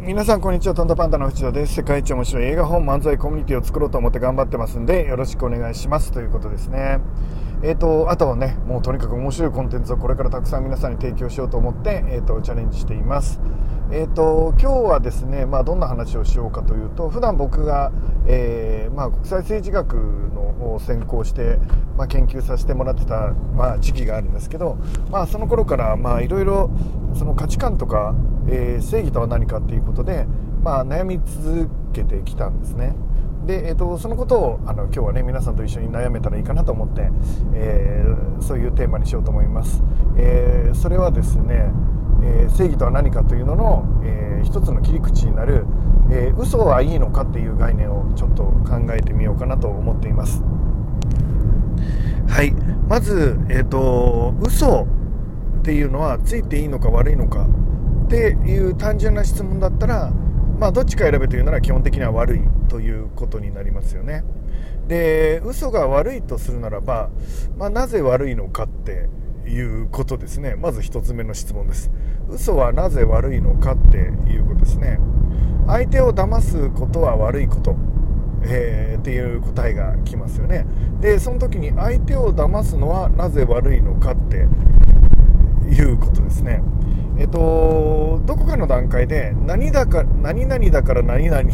皆さんこんにちは。トントパンダの藤田です。世界一面白い映画本漫才コミュニティを作ろうと思って頑張ってますんで、よろしくお願いしますということですね。あとはね、もうとにかく面白いコンテンツをこれからたくさん皆さんに提供しようと思って、チャレンジしています。今日はですね、どんな話をしようかというと、普段僕が、国際政治学の専攻して、研究させてもらってた、時期があるんですけど、その頃からいろいろその価値観とか、正義とは何かっていうことで、悩み続けてきたんですね。で、そのことを今日はね皆さんと一緒に悩めたらいいかなと思って、そういうテーマにしようと思います。それはですね、正義とは何かというのの、一つの切り口になる、嘘はいいのかっていう概念をちょっと考えてみようかなと思っています。はい、まず、嘘っていうのはついていいのか悪いのかっていう単純な質問だったら、どっちか選べというなら基本的には悪いということになりますよね。で、嘘が悪いとするならば、なぜ悪いのかっていうことですね。まず一つ目の質問です。嘘はなぜ悪いのかっていうことですね。相手を騙すことは悪いこと、っていう答えが来ますよね。で、その時に相手を騙すのはなぜ悪いのかっていうことですね。どこかの段階で何々だから何々、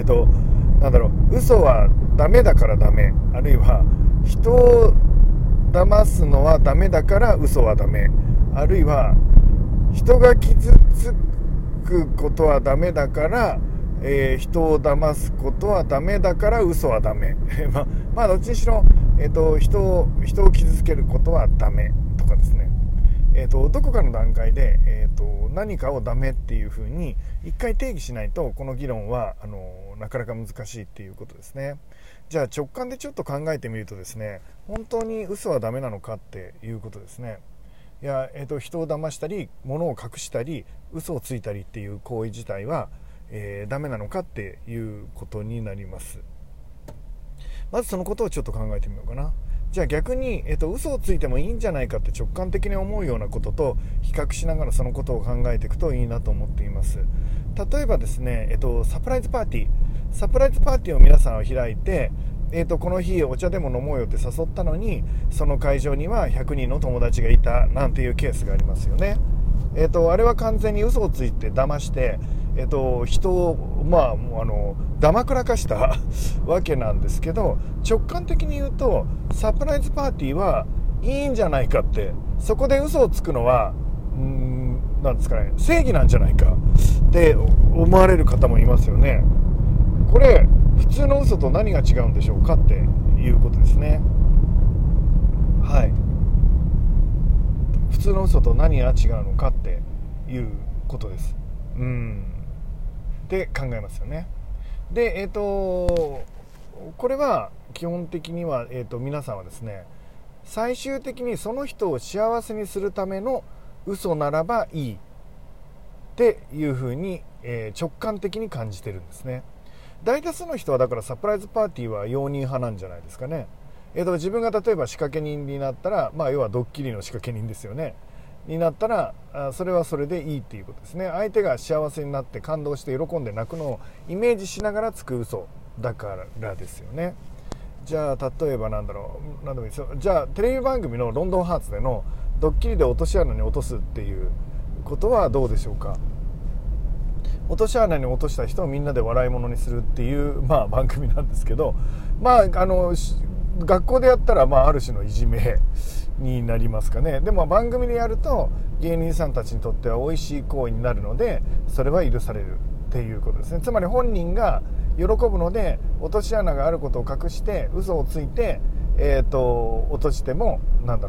嘘はダメだからダメ、あるいは人を騙すのはダメだから嘘はダメ、あるいは人が傷つくことはダメだから、人を騙すことはダメだから嘘はダメどっちにしろ、人を傷つけることはダメとかですね。どこかの段階で、何かをダメっていうふうに一回定義しないとこの議論はなかなか難しいっていうことですね。じゃあ直感でちょっと考えてみるとですね、本当に嘘はダメなのかっていうことですね。いや、人を騙したり物を隠したり嘘をついたりっていう行為自体は、ダメなのかっていうことになります。まずそのことをちょっと考えてみようかな。じゃあ逆に、嘘をついてもいいんじゃないかって直感的に思うようなことと比較しながらそのことを考えていくといいなと思っています。例えばですね、サプライズパーティーを皆さんは開いて、この日お茶でも飲もうよって誘ったのにその会場には100人の友達がいたなんていうケースがありますよね。あれは完全に嘘をついて騙して、人をだまくらかしたわけなんですけど、直感的に言うとサプライズパーティーはいいんじゃないかって、そこで嘘をつくのはなんですかね、正義なんじゃないかって思われる方もいますよね。これ普通の嘘と何が違うんでしょうかっていうことですね。はい、普通の嘘と何が違うのかっていうことです。で考えますよね。で、これは基本的には、皆さんはですね、最終的にその人を幸せにするための嘘ならばいいっていうふうに、直感的に感じてるんですね。大多数の人はだからサプライズパーティーは容認派なんじゃないですかね。自分が例えば仕掛け人になったら、要はドッキリの仕掛け人ですよねになったら、それはそれでいいっていうことですね。相手が幸せになって感動して喜んで泣くのをイメージしながらつく嘘だからですよね。じゃあ例えば何でもいいですよ。じゃあテレビ番組のロンドンハーツでのドッキリで落とし穴に落とすっていうことはどうでしょうか。落とし穴に落とした人をみんなで笑い物にするっていう、番組なんですけど、学校でやったらある種のいじめになりますかね。でも番組でやると芸人さんたちにとっては美味しい行為になるので、それは許されるっていうことですね。つまり本人が喜ぶので落とし穴があることを隠して嘘をついて、落としても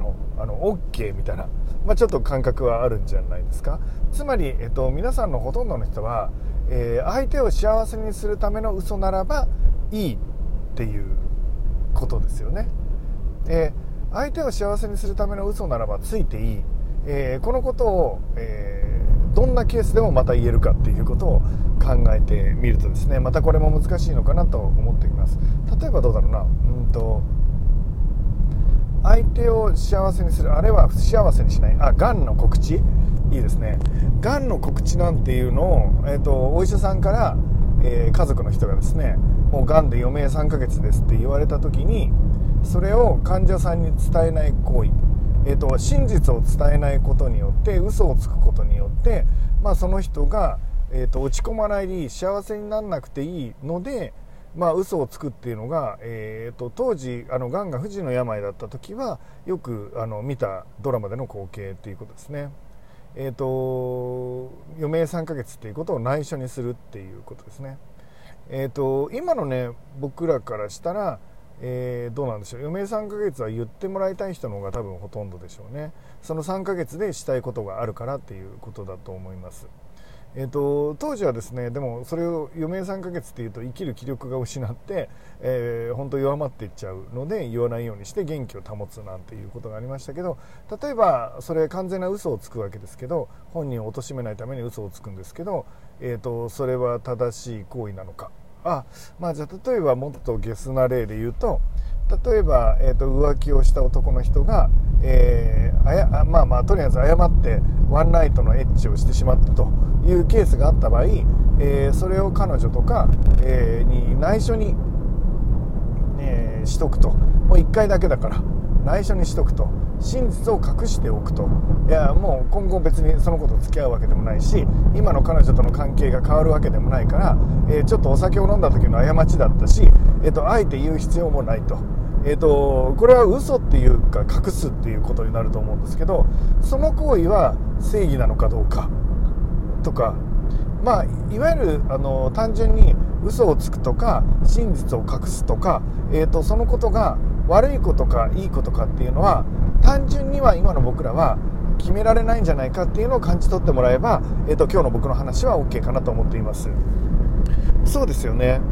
OK みたいな、ちょっと感覚はあるんじゃないですか。つまり、皆さんのほとんどの人は、相手を幸せにするための嘘ならばいいっていうことですよね。相手を幸せにするための嘘ならばついていい、このことを、どんなケースでもまた言えるかっていうことを考えてみるとですね、またこれも難しいのかなと思っています。例えばどうだろうな、相手を幸せにする、あれは不幸せにしない、がんの告知いいですですね、がんの告知なんていうのを、お医者さんから、家族の人がですね、もうがんで余命3ヶ月ですって言われた時に、それを患者さんに伝えない行為、真実を伝えないことによって、嘘をつくことによって、その人が、落ち込まないでいい、幸せにならなくていいので、嘘をつくっていうのが、当時がんが不治の病だった時はよく見たドラマでの光景っていうことですね。余命3ヶ月っていうことを内緒にするっていうことですね。今のね、僕らからしたら、どうなんでしょう。余命3ヶ月は言ってもらいたい人の方が多分ほとんどでしょうね。その3ヶ月でしたいことがあるからっていうことだと思います。当時はですね、でもそれを余命3ヶ月っていうと生きる気力が失って、本当弱まっていっちゃうので、言わないようにして元気を保つなんていうことがありましたけど、例えばそれ完全な嘘をつくわけですけど、本人を貶めないために嘘をつくんですけど、それは正しい行為なのか。じゃあ例えばもっとゲスな例で言うと、例えば、浮気をした男の人が、とりあえず誤ってワンナイトのエッチをしてしまったというケースがあった場合、それを彼女とか、に内緒に、しとくと。もう1回だけだから内緒にしとくと、真実を隠しておくと。いや、もう今後別にその子と付き合うわけでもないし、今の彼女との関係が変わるわけでもないから、ちょっとお酒を飲んだ時の過ちだったし、あえて言う必要もないと。これは嘘っていうか隠すっていうことになると思うんですけど、その行為は正義なのかどうかとか、いわゆる単純に嘘をつくとか真実を隠すとか、そのことが悪いことかいいことかっていうのは、単純には今の僕らは決められないんじゃないかっていうのを感じ取ってもらえば、今日の僕の話は OK かなと思っています。そうですよね。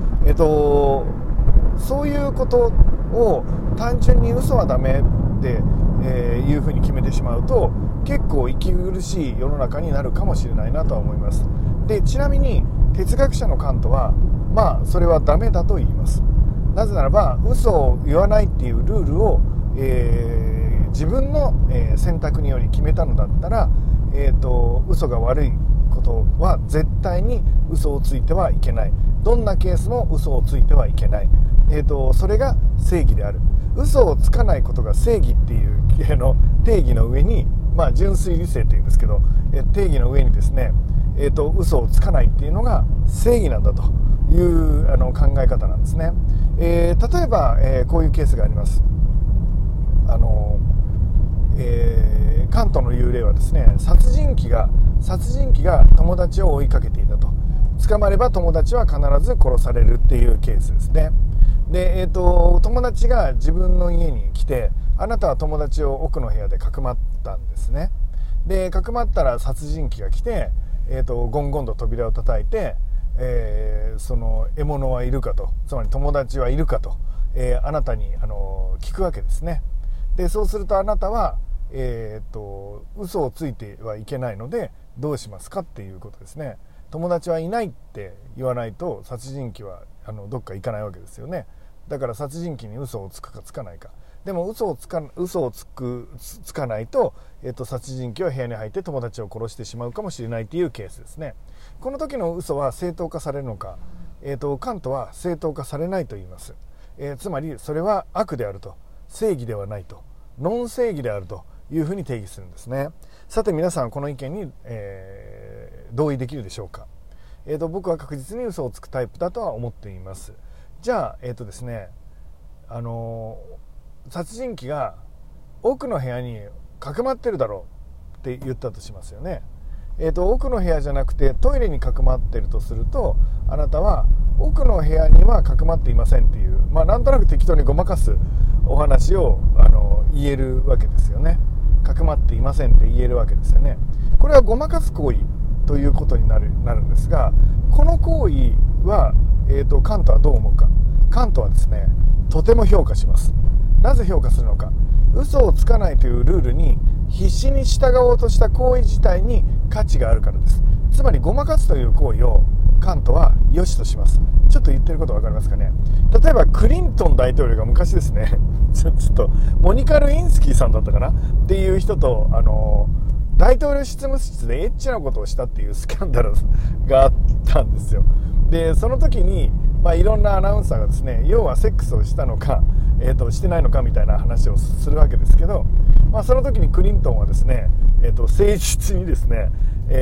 そういうことを単純に嘘はダメっていうふうに決めてしまうと、結構息苦しい世の中になるかもしれないなとは思います。で、ちなみに哲学者のカントはそれはダメだと言います。なぜならば、嘘を言わないっていうルールを、自分の、選択により決めたのだったら、嘘が悪いことは絶対に嘘をついてはいけない。どんなケースも嘘をついてはいけない。それが正義である。嘘をつかないことが正義っていう定義の上に、純粋理性っていうんですけど、定義の上にですね、嘘をつかないっていうのが正義なんだという考え方なんですね。例えば、こういうケースがあります。カントの言う例はですね、殺人鬼が友達を追いかけていたと。捕まれば友達は必ず殺されるっていうケースですね。で、友達が自分の家に来て、あなたは友達を奥の部屋でかくまったんですね。で、かくまったら殺人鬼が来て、ゴンゴンと扉を叩いて、その獲物はいるかと、つまり友達はいるかと、あなたに聞くわけですね。で、そうするとあなたは、嘘をついてはいけないのでどうしますかっていうことですね。友達はいないって言わないと殺人鬼はどっか行かないわけですよね。だから殺人鬼に嘘をつくかつかないか。でも嘘をつかないと、殺人鬼は部屋に入って友達を殺してしまうかもしれないというケースですね。この時の嘘は正当化されるのか、カントは正当化されないと言います。つまりそれは悪であると、正義ではないと、ノン正義であるというふうに定義するんですね。さて皆さん、この意見に、同意できるでしょうか。僕は確実に嘘をつくタイプだとは思っています。じゃあですね、殺人鬼が奥の部屋にかくまってるだろうって言ったとしますよね。奥の部屋じゃなくてトイレにかくまってるとすると、あなたは奥の部屋にはかくまっていませんっていう、なんとなく適当にごまかすお話を言えるわけですよね。かくまっていませんって言えるわけですよね。これはごまかす行為ということになるんですが、この行為は、カントはどう思うか。カントはですね、とても評価します。なぜ評価するのか。嘘をつかないというルールに必死に従おうとした行為自体に価値があるからです。つまりごまかすという行為をカントは良しとします。ちょっと言ってること分かりますかね。例えばクリントン大統領が昔ですねちょっとモニカ・ルインスキーさんだったかなっていう人と大統領執務室でエッチなことをしたっていうスキャンダルがあったんですよ。でその時に、いろんなアナウンサーがですね、要はセックスをしたのか、してないのかみたいな話をするわけですけど、その時にクリントンはですね、誠実にですね、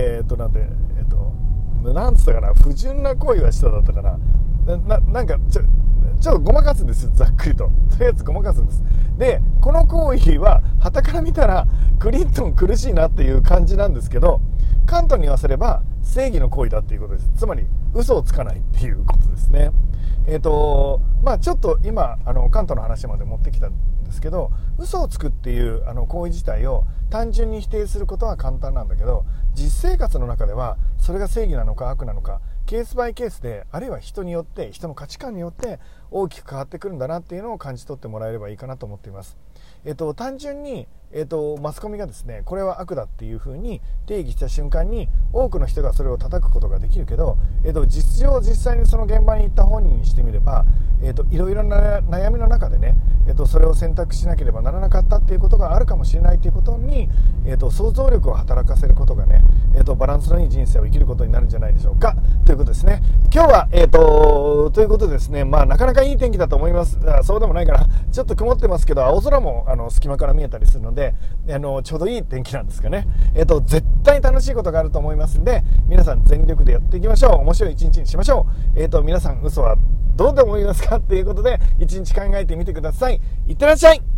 なんつったかな、不純な行為はしただったかな、なんかちょっとごまかすんですよ、ざっくりと。とりあえずごまかすんです。でこの行為は傍から見たらクリントン苦しいなっていう感じなんですけど、カントに言わせれば正義の行為だっていうことです。つまり嘘をつかないっていうことですね。ちょっと今カントの話まで持ってきたんですけど、嘘をつくっていう行為自体を単純に否定することは簡単なんだけど、実生活の中ではそれが正義なのか悪なのか、ケースバイケースで、あるいは人によって、人の価値観によって大きく変わってくるんだなっていうのを感じ取ってもらえればいいかなと思っています。単純に、マスコミがですね、これは悪だっていうふうに定義した瞬間に多くの人がそれを叩くことができるけど、実際にその現場に行った本人にしてみれば、いろいろな悩みの中でね、それを選択しなければならなかったっていうことがあるかもしれないということに、想像力を働かせることがね、バランスのいい人生を生きることになるんじゃないでしょうかということですね。今日は、ということでですね、なかなかいい天気だと思います。そうでもないかな、ちょっと曇ってますけど青空も隙間から見えたりするので、ちょうどいい天気なんですかね。絶対楽しいことがあると思いますんで、皆さん全力でやっていきましょう。面白い一日にしましょう。皆さん嘘はどうでもいいますかっていうことで一日考えてみてください。いってらっしゃい。